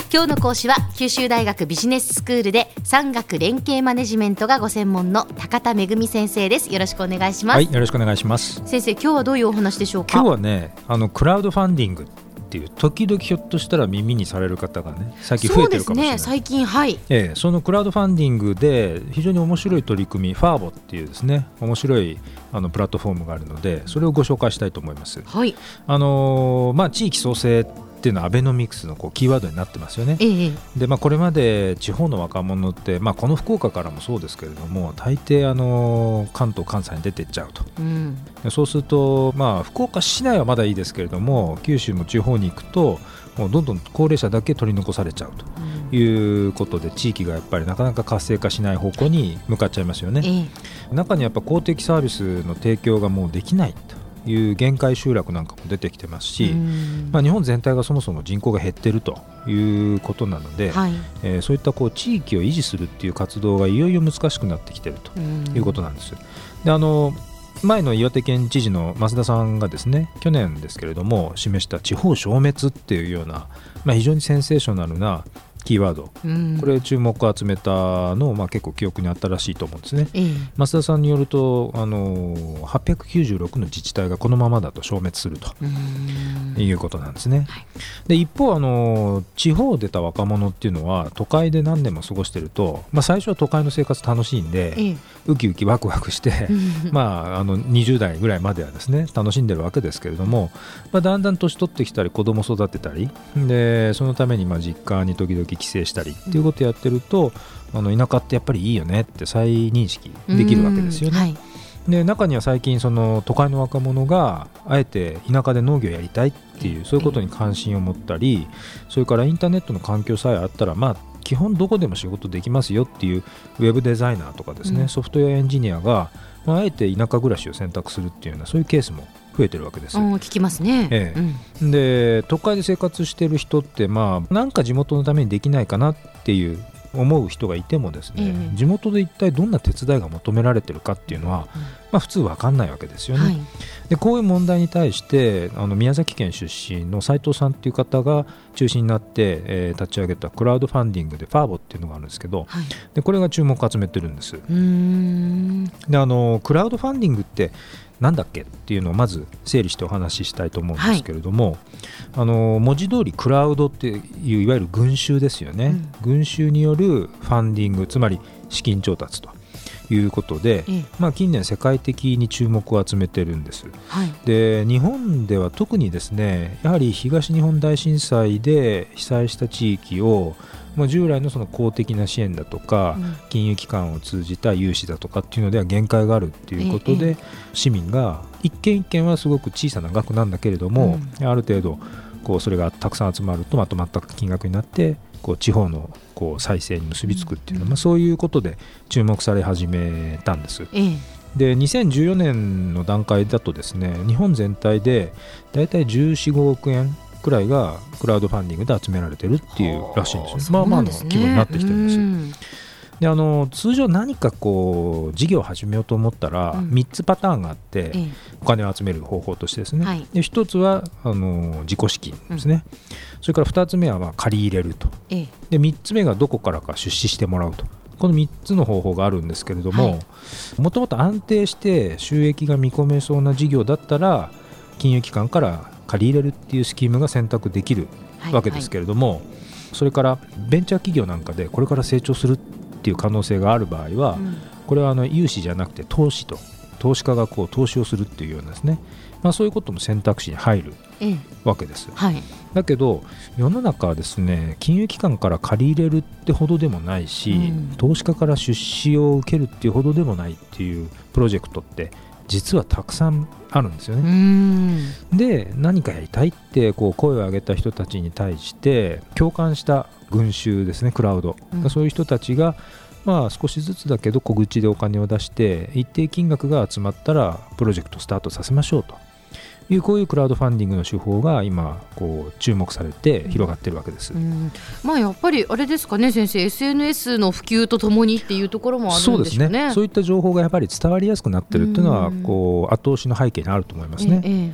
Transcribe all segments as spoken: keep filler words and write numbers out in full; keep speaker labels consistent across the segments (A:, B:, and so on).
A: 今日の講師は九州大学ビジネススクールで産学連携マネジメントがご専門の高田恵先生です。よろしくお願いします。
B: はい、よろしくお願いします。
A: 先生、今日はどういうお話でしょうか。
B: 今日はね、あのクラウドファンディングっていう時々ひょっとしたら耳にされる方がね最近増えてるかもしれない。
A: そうですね、最近、はい、
B: ええ、そのクラウドファンディングで非常に面白い取り組み、ファーボっていうですね面白いあのプラットフォームがあるので、それをご紹介したいと思います。
A: はい、
B: あのーまあ、地域創生っていうのはアベノミクスのこうキーワードになってますよね。
A: ええ
B: でまあ、これまで地方の若者って、まあ、この福岡からもそうですけれども、大抵あの関東関西に出ていっちゃうと、うん、そうすると、まあ、福岡市内はまだいいですけれども、九州も地方に行くともうどんどん高齢者だけ取り残されちゃうということで、地域がやっぱりなかなか活性化しない方向に向かっちゃいますよね。ええ、中にやっぱ公的サービスの提供がもうできないという限界集落なんかも出てきてますし、まあ、日本全体がそもそも人口が減っているということなので、はい、えー、そういったこう地域を維持するっていう活動がいよいよ難しくなってきているということなんです。であの前の岩手県知事の増田さんがですね、去年ですけれども示した地方消滅っていうような、まあ、非常にセンセーショナルなキーワード、うん、これ注目を集めたの、まあ、結構記憶に新しいと思うんですね。えー、増田さんによるとあのはっぴゃくきゅうじゅうろくの自治体がこのままだと消滅するということなんですね。はい、で一方あの地方を出た若者っていうのは都会で何年も過ごしてると、まあ、最初は都会の生活楽しいんで、えー、ウキウキワクワクしてまあ、あのにじゅう代ぐらいまではですね楽しんでるわけですけれども、まあ、だんだん年取ってきたり子供育てたりで、そのためにまあ実家に時々帰省したりっていうことをやってると、あの田舎ってやっぱりいいよねって再認識できるわけですよね。はい、で中には最近その都会の若者があえて田舎で農業やりたいっていう、そういうことに関心を持ったり、それからインターネットの環境さえあったら、まあ基本どこでも仕事できますよっていうウェブデザイナーとかですね、うん、ソフトウェアエンジニアが、まあ、あえて田舎暮らしを選択するっていうような、そういうケースも増えてるわけです。
A: 聞きますね。
B: ええ、うん、で都会で生活している人って、まあ、なんか地元のためにできないかなっていう思う人がいてもですね、ええ、地元で一体どんな手伝いが求められているかっていうのは、うん、まあ、普通分かんないわけですよね。はい、でこういう問題に対してあの宮崎県出身の斉藤さんっていう方が中心になって、えー、立ち上げたクラウドファンディングでファーボっていうのがあるんですけど、はい、でこれが注目を集めてるんです。うーんであのクラウドファンディングってなんだっけっていうのをまず整理してお話ししたいと思うんですけれども、はい、あの文字通りクラウドっていういわゆる群衆ですよね。うん、群衆によるファンディング、つまり資金調達ということで、ええ、まあ、近年世界的に注目を集めてるんです。はい、で日本では特にですね、やはり東日本大震災で被災した地域をまあ、従来のその公的な支援だとか、うん、金融機関を通じた融資だとかっていうのでは限界があるっていうことで、ええ、市民が一件一件はすごく小さな額なんだけれども、うん、ある程度こうそれがたくさん集まるとまとまった金額になってこう地方のこう再生に結びつくっていうのは、うん、まあ、そういうことで注目され始めたんです。ええ、でにせんじゅうよねんの段階だとですね、日本全体でだいたいじゅうよん、ごおくえんくらいがクラウドファンディングで集められてるっていうらしいんですよ。まあまあの規模になってきてるんです。であの通常何かこう事業を始めようと思ったら、うん、みっつパターンがあって、ええ、お金を集める方法としてですね、はい、でひとつはあの自己資金ですね、うん、それからふたつめはまあ借り入れると、ええ、でみっつめがどこからか出資してもらうと、このみっつの方法があるんですけれども、もともと安定して収益が見込めそうな事業だったら金融機関から借り入れるっていうスキームが選択できるわけですけれども、はいはい、それからベンチャー企業なんかでこれから成長するっていう可能性がある場合は、うん、これはあの融資じゃなくて投資と、投資家がこう投資をするっていうようなですね、まあ、そういうことも選択肢に入るわけです。はい、だけど世の中はですね、金融機関から借り入れるってほどでもないし、うん、投資家から出資を受けるっていうほどでもないっていうプロジェクトって実はたくさんあるんですよね。うーんで何かやりたいってこう声を上げた人たちに対して共感した群衆ですね、クラウド、うん、そういう人たちがまあ少しずつだけど小口でお金を出して一定金額が集まったらプロジェクトスタートさせましょうという、こういうクラウドファンディングの手法が今こう注目されて広がっているわけです。うん、
A: まあ、やっぱりあれですかね先生、 エスエヌエス の普及とともにっていうところもあるんでしょうね。そうですね、そういった情報がやっぱり伝わりやすくなっているっていうのはこう後押しの背景にあると思いますね。ええ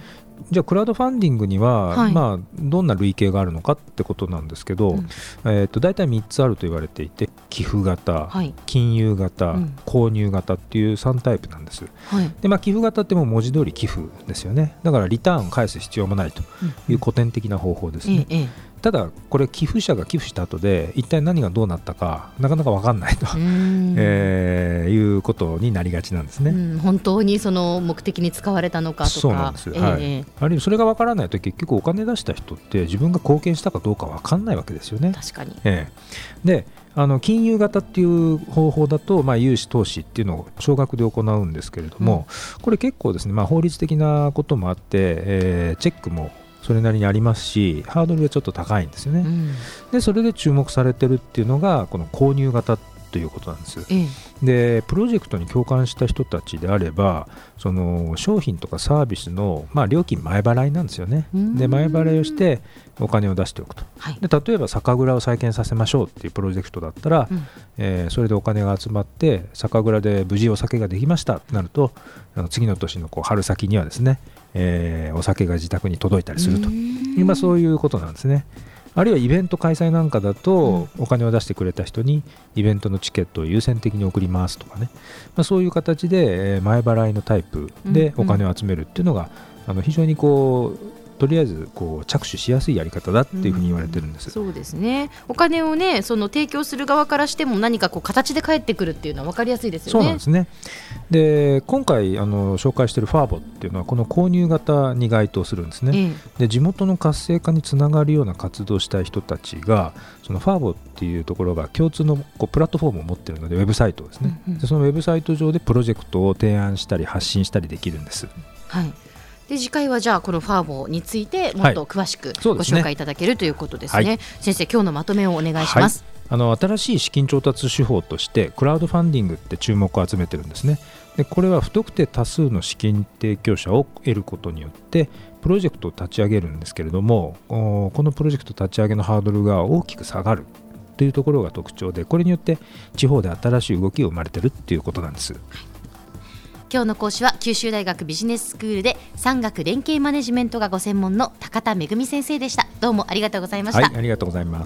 B: じゃあクラウドファンディングには、
A: はい
B: まあ、どんな類型があるのかってことなんですけど、
A: うん
B: えー、と大体みっつあると言われていて、寄付型、
A: はい
B: 金融型、
A: うん
B: 購入型っていうさんタイプなんです。
A: はい
B: で、まあ、寄付型ってもう文字通り寄付ですよね。だからリターンを返す必要もないという古典的な方法ですね。
A: ええええ
B: ただこれ寄付者が寄付した後で一体何がどうなったかなかなか分かんないと、
A: うーん
B: えーいうことになりがちなんですね。
A: うん、本当にその目的に使われたのかとか、
B: そうなんです、
A: ええ
B: はい
A: ええ
B: あるいはそれが分からないと結局お金出した人って自分が貢献したかどうか分かんないわけですよね。
A: 確かに、
B: ええであの金融型っていう方法だと、まあ、融資投資っていうのを少額で行うんですけれども、これ結構ですね、まあ、法律的なこともあって、えーチェックもそれなりにありますし、ハードルがちょっと高いんですよね。
A: うん
B: でそれで注目されてるっていうのがこの購入型ということなんです。
A: ええ
B: でプロジェクトに共感した人たちであれば、その商品とかサービスの、まあ、料金前払いなんですよね。
A: うん
B: で前払いをしてお金を出しておくと。
A: はい
B: で例えば酒蔵を再建させましょうっていうプロジェクトだったら、
A: うん
B: えーそれでお金が集まって酒蔵で無事お酒ができましたってなると、あの次の年のこう春先にはですね、えーお酒が自宅に届いたりすると、今そういうことなんですね。あるいはイベント開催なんかだと、お金を出してくれた人にイベントのチケットを優先的に送りますとかね、まあ、そういう形でえー前払いのタイプでお金を集めるっていうのが、あの非常にこうとりあえずこう着手しやすいやり方だっていうふうに言われてるんです。
A: そうですね。お金をね、その提供する側からしても何かこう形で返ってくるっていうのは分かりやすいですよね。
B: そうなんですね。で今回あの紹介しているファーボっていうのはこの購入型に該当するんですね。
A: ええ
B: で地元の活性化につながるような活動をしたい人たちが、そのファーボっていうところが共通のこうプラットフォームを持っているので、ウェブサイトですね、
A: うんうん
B: でそのウェブサイト上でプロジェクトを提案したり発信したりできるんです。
A: はい。で次回はじゃあこのファーボについてもっと詳しくご
B: そうですね
A: 紹介いただけるということですね。
B: はい
A: 先生、今日のまとめをお願いします。
B: あの新しい資金調達手法としてクラウドファンディングって注目を集めてるんですね。でこれは不特定多数の資金提供者を得ることによってプロジェクトを立ち上げるんですけれども、おこのプロジェクト立ち上げのハードルが大きく下がるというところが特徴で、これによって地方で新しい動きが生まれてるっていうことなんです。
A: 今日の講師は九州大学ビジネススクールで産学連携マネジメントがご専門の高田恵先生でした。どうもありがとうございました。
B: はい、ありがとうございます。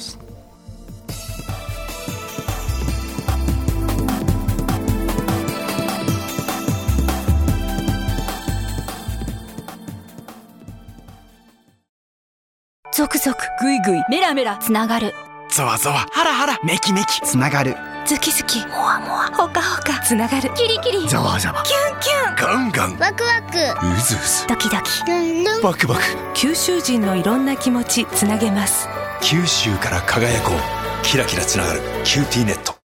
C: ゾクゾクグイグイメラメラつながる、
D: ゾワゾワハラハラメキメキつながる、
C: ズキズキモワモワホカホカつながる、キリキリ
D: ザワザワ
C: キュンキュン
D: ガンガン
E: ワクワク
D: うずうず
C: ドキドキ、
E: ルンルン
D: バクバク、
C: 九州人のいろんな気持ちつなげます。
D: 九州から輝こう、キラキラつながるキューティーネット。